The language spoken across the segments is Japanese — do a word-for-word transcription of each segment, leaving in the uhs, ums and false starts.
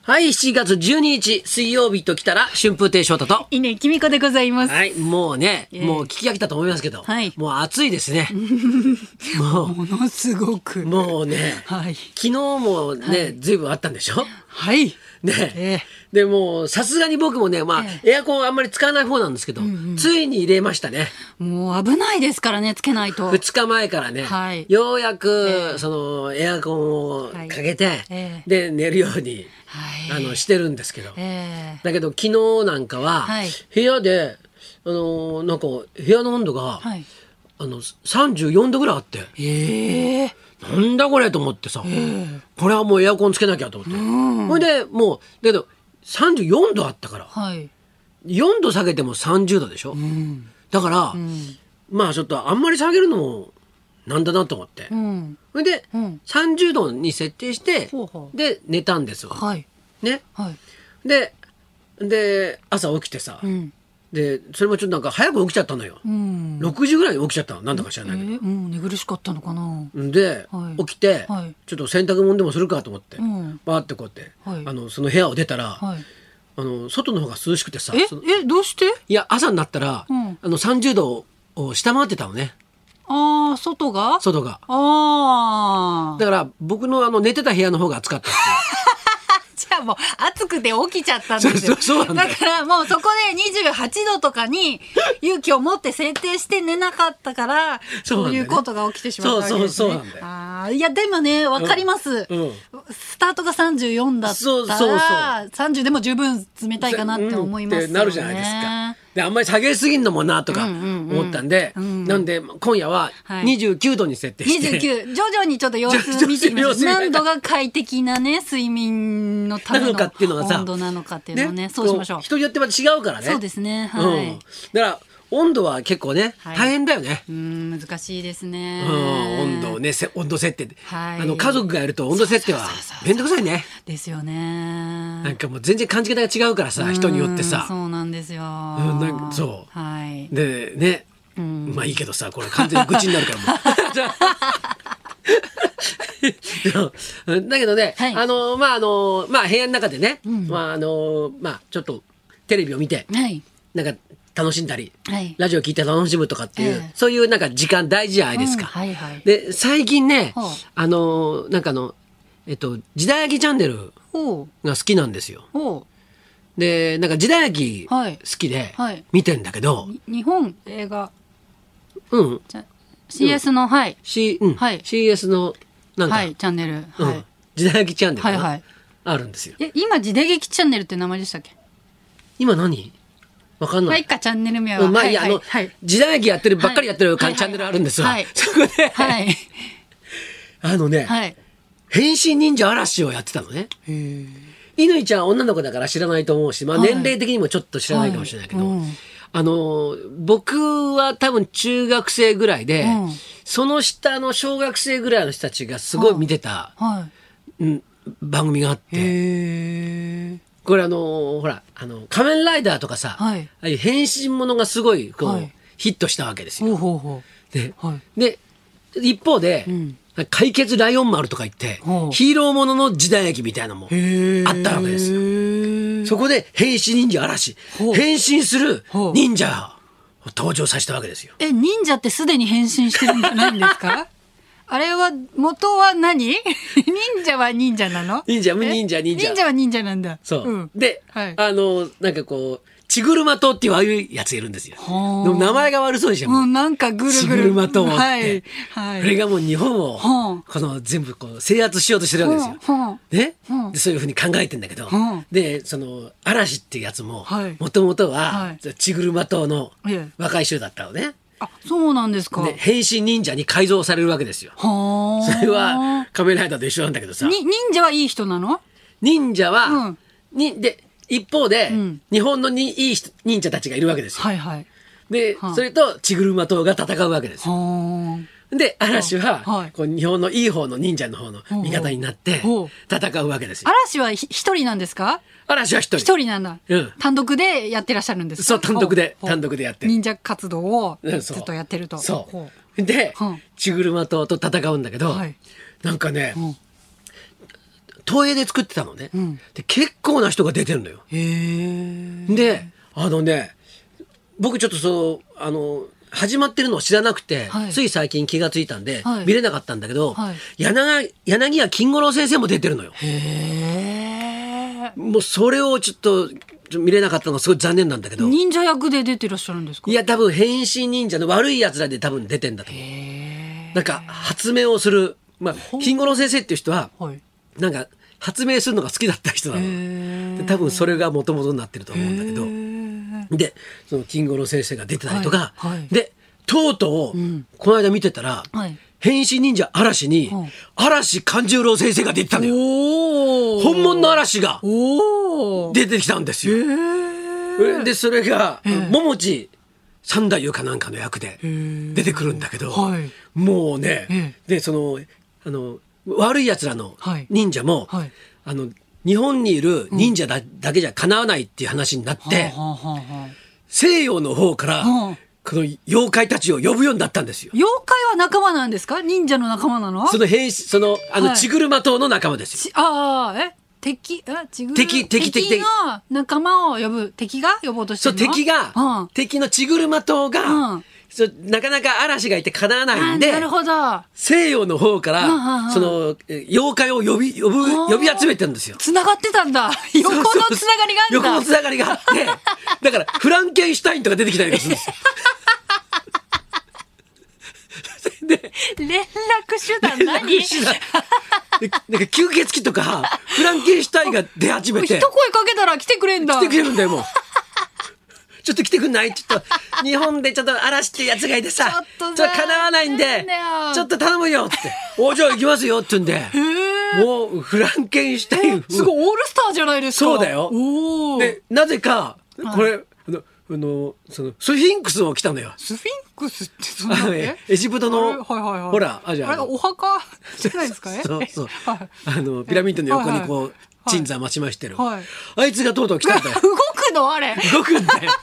はい、しちがつじゅうににち水曜日ときたら春風亭昇太と稲木美子でございます。 はい、もうね、 えーもう聞き飽きたと思いますけど、 はいもう暑いですね。もものすごくうもうね、 はい昨日もね、ずいぶんあったんでしょ。 はいね、 えでもうさすがに僕もね、まあ、 えエアコンあんまり使わない方なんですけど、ついに入れましたね。 もう危ないですからね、つけないと。 ふつかまえからね、 はいようやく、 ええそのエアコンをかけて、 はいええで寝るように、 はいあのしてるんですけど、 ええだけど昨日なんかは、 はい部屋であのなんか部屋の温度が、 はいあのさんじゅうよんどぐらいあって、 ええなんだこれと思ってさ、これはもうエアコンつけなきゃと思って、それでもうだけどさんじゅうよんどあったから、 はいよんど下げてもさんじゅうどでしょ、だから、まあちょっとあんまり下げるのもなんだなと思って、 うんそれで、 うんさんじゅうどに設定してほうほうで寝たんですよ、 はいね、 はいでで朝起きてさ、 うんでそれもちょっとなんか早く起きちゃったのよ、 うんろくじぐらいに起きちゃったの、なんだか知らえないけど、 ーうん寝苦しかったのかな。 で、 はい起きて、 はいちょっと洗濯物でもするかと思って、 うんバーってこうやって、 はいあのその部屋を出たら、 はいあの外の方が涼しくてさ、 えそのえどうして？ いや朝になったら、 うんあのさんじゅうどを下回ってたのね、 ああ外が外が。 ああだから僕のあの寝てた部屋の方が暑かったっていうじゃあもう暑くて起きちゃったんですよ。 そうそうそうなんだよからもうそこでにじゅうはちどとかに勇気を持って設定して寝なかったからそうなんだよねそういうことが起きてしまったわけですね。 そうそうそうなんだよああいやでもねわかります、 うんうんスタートがさんじゅうよんだったらそうそうそうさんじゅうでも十分冷たいかなって思いますよね。 うんってなるじゃないですか。であんまり下げすぎんのもなとか思ったんで、なんで今夜はにじゅうきゅうどに設定して、 にじゅうきゅう徐々にちょっと様子見てみましょう。何度が快適なね睡眠のためのなのかっていうのがさ温度なのかっていうのをねそうしましょう。 こ人によってまた違うからね。 そうですねはい、 うん、だから温度は結構ね、 はい大変だよね。 うーん難しいですね。 うん、温度をねせ温度設定で、 はいあの家族がやると温度設定はそうそうそうそうめんどくさいね。 ですよね。 なんかもう全然感じ方が違うからさ、人によってうんさ。 そうなんですよ。 うんなんかそうはい。 でね、 んまあいいけどさ、これ完全に愚痴になるからもう。だけどね、 はいあのまああのまあ部屋の中でね、まああのまあちょっとテレビを見て、 はいなんか楽しんだり、 はいラジオ聞いて楽しむとかっていう、 ええそういうなんか時間大事じゃないですか。 うんはいはいで最近ねほう、 あのなんかあのえっと時代劇チャンネルほうが好きなんですよ。 ほでなんか時代劇好はいきではい見てんだけど、 う日本映画うん、 じゃ シーエス の、はい C うんはいシーエス のなんか、 はいチャンネルうんはい、 時代劇チャンネルがはいはいあるんですよ。 え今時代劇チャンネルって名前でしたっけ？ 今何わかんない。 まあいっかチャンネル名は、 うんまあいいや、 はいあの、 はい時代劇やってるばっかりやってる、 はいチャンネルあるんですわ。 はいそこで、 はいあのね、 はい変身忍者嵐をやってたのね。乾ちゃんは女の子だから知らないと思うし、まあはい年齢的にもちょっと知らないかもしれないけど、 はいうんあの、僕は多分中学生ぐらいで、 うんその下の小学生ぐらいの人たちがすごい見てた、 はうん番組があって、 いへえこれあの、ほら、あの、仮面ライダーとかさ、 はいああいう変身ものがすごい、こう、 はいヒットしたわけですよ。 ほうほうほで、 うはいで、一方で、 ん解決ライオン丸とか言ってほう、 ヒーローものの時代劇みたいなのもへあったわけですよ。 よそこで変身忍者嵐ほう、 変身するほう忍者を登場させたわけですよ。 え忍者ってすでに変身してるんじゃないんですか？あれは元は何？忍者は忍者なの？ 忍者え忍者忍者忍者は忍者なんだ。 そう。 んで、 はいあの、なんかこう、チグルマ島っていうああいうやつがいるんですよ。 はあでも名前が悪そうでしょ。 もうなんかぐるチグぐるルマ島って。 はいはい。 これがもう日本を、 はあこの全部こう制圧しようとしてるわけですよ。 はあねはあでそういうふうに考えてんだけど、 はあでその嵐っていうやつもはいもともとは、 はいチグルマ島のええ若い衆だったのね。 あそうなんですか。 で変身忍者に改造されるわけですよ。 はあ。 それは仮面ライダーと一緒なんだけどさ、 に忍者はいい人なの？ 忍者は、 うんにで一方で、 ん日本のにいい人忍者たちがいるわけですよ。 はいはい。 で、 はあそれとチグルマ島が戦うわけですよ。 はで嵐は、 はいこう日本のいい方の忍者の方の味方になってほうほ戦うわけですあ。 よ。 嵐はひ一人なんですか？ 嵐は一人。 一人なんだ。 うん単独でやってらっしゃるんですか？ そう単独でほう単独でやってる忍者活動をうんそうずっとやってると。 そほう。で、 うんチグルマ島と戦うんだけど、 はいなんかね、 うん都営で作ってたのね、 んで結構な人が出てるのよ。 へえ。 であのね僕ちょっとそうあの始まってるのを知らなくて、 はいつい最近気がついたんで、 はい見れなかったんだけど、 はい柳柳家金五郎先生も出てるのよ。 へえ。 もうそれをちょっとちょっと見れなかったのがすごい残念なんだけど、 忍者役で出てらっしゃるんですか？ いや多分変身忍者の悪いやつらで多分出てんだと思う。 へなんか発明をする、まあ、金五郎先生っていう人はえ。はい。 なんか発明するのが好きだった人なの。 へで多分それが元々になってると思うんだけど、 え。 でその金五郎先生が出てたりとか、 はいはいでとうとう、この間見てたら、 はい変身忍者嵐に、 うん嵐勘十郎先生が出てたのよ。 おお。 本物の嵐がおお。 出てきたんですよ。 へえ。 でそれが、 ええ桃地三太夫かなんかの役で出てくるんだけど、 はいもうね、 えでそのあの悪いやつらのはい忍者も、 はいあの日本にいる忍者だ,、だけじゃかなわないっていう話になって、 はあはあはあ。 西洋の方から、 うんこの妖怪たちを呼ぶようになったんですよ。 妖怪は仲間なんですか？忍者の仲間なの？ その変身そのあの、 はいちぐるま島の仲間ですよ。 ちああえ敵えちぐる敵敵敵敵の仲間を呼ぶ敵が呼ぼうとしてそうるの？ 敵が、 うん敵のちぐるま島が、 うんそうなかなか嵐がいてかなわないんで、 あなるほど。 西洋の方から、 うんうんうんそのえ妖怪を呼び呼ぶあー呼び集めてるんですよ。 つながってたんだ。横のつながりがあるんだ。 横のつながりがあってだからフランケンシュタインとか出てきたりとかするんですよ。で連絡手段何？ 連絡手段でなんか吸血鬼とかフランケンシュタインが出始めて一声かけたら来てくれんだ。 来てくれるんだよもう。ちょっと来てくんないちょっと日本でちょっと嵐ってやつがいてさちょっとさかなわないんでなんだよちょっと頼むよっておじゃあ行きますよって言うんでへえ。 もうフランケンシュタインすごいオールスターじゃないですか。 そうだよおお。 でなぜかこれ、あのあのそのスフィンクスを着たのよ。 スフィンクスってそんなあのえエジプトのあれはいはいはいほらあじゃああれお墓じゃないですか？えそうそうはいあのピラミッドの横にこう、 はいはい鎮座待ちましてる、 はいあいつがとうとう来たんだよ。 動くのあれ。 動くんだよ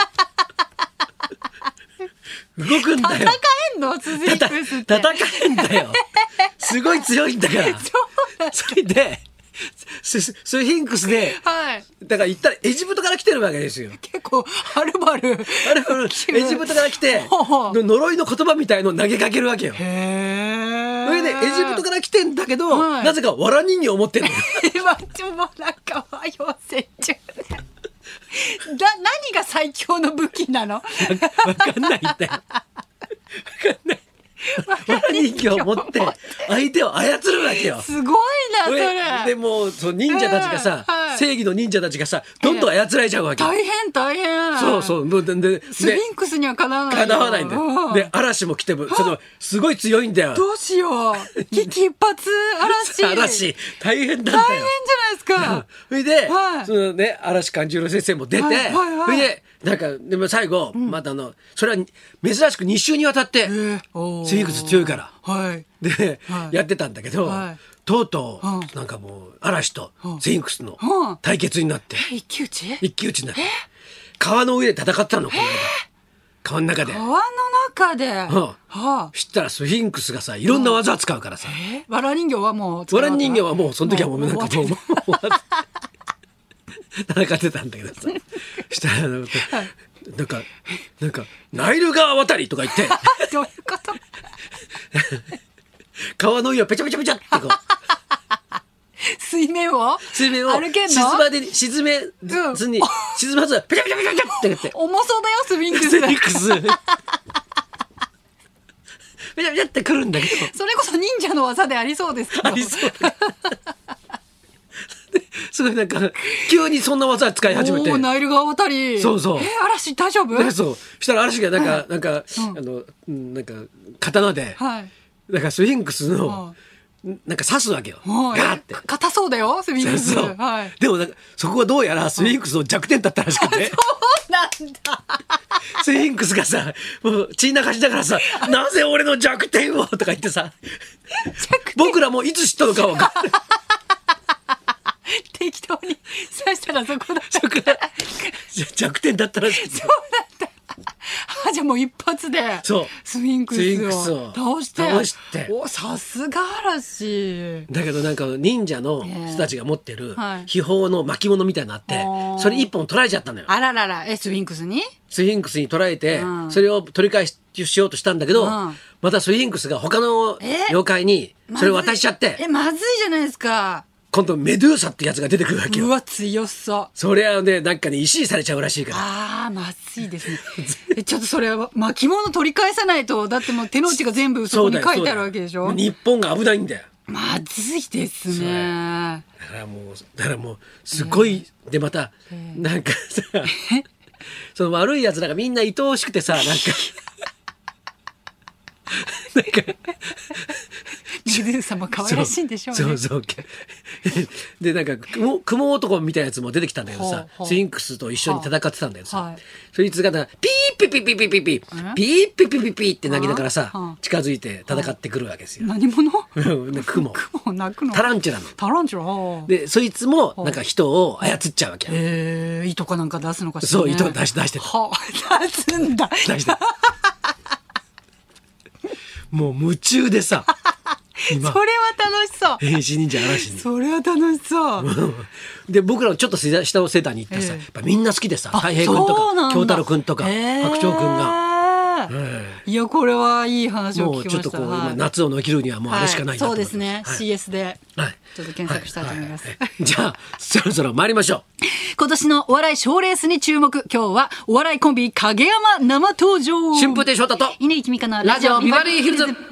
動くんだよ戦えんのスフィンたクスって。 戦えんだよすごい強いんだからそうなんそれでスススフィンクスではい。 だから言ったらエジプトから来てるわけですよ。 結構はるばる。 あれエジプトから来てほうほうの呪いの言葉みたいのを投げかけるわけよ。 へえ。 それでエジプトから来てんだけど、 はいなぜか藁人形を持ってんのよ。 今ちょもうなんか和洋折衷だ。何が最強の武器なの？ わかんないんだよ。わかんない。藁人形を持って相手を操るわけよ。 すごいなそでれ。 でもうその忍者たちがさ、 ええはい正義の忍者たちがさどんどん操られちゃうわけよ。 大変大変。 そうそうもうででスフィンクスにはかなわないよ。 かなわないんだよ。 うんで嵐も来てもそのすごい強いんだよ。 どうしよう。危機一髪嵐。 嵐大変なんだよ。 大変じゃないですか。 それで、 はいそのね嵐勘十郎先生も出て、 はいはいはいそれでなんかでも最後、またあのそれは珍しくに週にわたって、 えーおースフィンクス強いからはい。 で、 はいやってたんだけど、 はいとうとう、 うんなんかもう嵐とうんスフィンクスのうん対決になって、 一騎打ち？ 一騎打ちになって川の上で戦ったのこの間、川の中で。 川の中で。はうんあ。 そしたらスフィンクスがさいろんな技使うからさ、 えわら人形はもう使わらわなかった。 人形はもうその時はもうなんかもうももう戦ってたんだけどさしたらなんかなんかなんかナイル川渡りとか言ってどういうこと？ 川の上をペチャペチャペチャってこう水面を水面を歩けんの？ 沈までに沈めずに、沈まずペチャペチャペチャペチャってやって重そうだよスフィンクス。 スフィンクスペチャペチャってくるんだけどそれこそ忍者の技でありそうですけど。 ありそうすごいなんか急にそんな技使い始めておーナイル川渡り。 そうそうえ嵐大丈夫？ でそうしたら嵐がなんか、 はいなんか、 うんあのうんなんか刀で、 はい。 なんかスフィンクスの、 はなんか刺すわけよ、 はいガーって。 硬そうだよスフィンクス。 そうはい。 でもなんかそこはどうやらスフィンクスの弱点だったらしくてそうなんだ。 スフィンクスがさもう血流しながらさ「なぜ俺の弱点を」とか言ってさ僕らもいつ知ったのか分かんない適当に刺したらそこだった。 そこが弱点だったらしくて初あじゃあもう一発でそうスフィンクスフィンクススをを倒して倒しておさすが嵐。 だけどなんか忍者の人たちが持ってるはい秘宝の巻物みたいなのあって、 あーそれ一本取られちゃったのよ。 あらららえスフィンクスにスフィンクスに取られて、 うんそれを取り返しようとしたんだけど、 うんまたスフィンクスが他のえ妖怪にそれを渡しちゃってえまずいじゃないですか。 今度メドゥーサってやつが出てくるわけよ。 うわ強そう。 それはねなんかね石にされちゃうらしいから。 あーまずいですねえちょっとそれは巻物取り返さないと。だってもう手の内が全部そこに書いてあるわけでしょ。 そうだよ日本が危ないんだよ。 まずいですね。 だからもうだからもうすごい、でまたなんかさその悪いやつらがみんな愛おしくてさなんかなんかメドゥーサも可愛らしいんでしょうね。 そうそうそうでなんか雲雲男みたいなやつも出てきたんだけどさほうほうスフィンクスと一緒に戦ってたんだけどさ、 はいそいつがなピーピピピピピピピーピピピピピって泣きながらさはあ近づいて戦ってくるわけですよ。 何者で雲雲鳴くのタランチュラのタランチュラはあでそいつもなんか人を操っちゃうわけよ。 えー、糸かなんか出すのかしら、ね、 そう糸出し出してたはあ出すんだ出してもう夢中でさ今それは楽しそう。 変身忍者嵐にそれは楽しそう。 で僕らちょっと下のセーターに行ったらさ、 ええやっぱみんな好きでさ太平君とそうなんだか京太郎君とかへー白鳥君が、えいやこれはいい話をもうちょっとこう、 聞きました。はい今夏を乗り切るにはもうあれしかないなとは思っていそうですね、 はいシーエス ではいちょっと検索したいと思います、 はいはいはいじゃあそろそろ参りましょう。 今年のお笑い賞レースに注目。今日はお笑いコンビ影山生登場。 春風亭昇太と稲井君香のラジオビバリーヒルズ。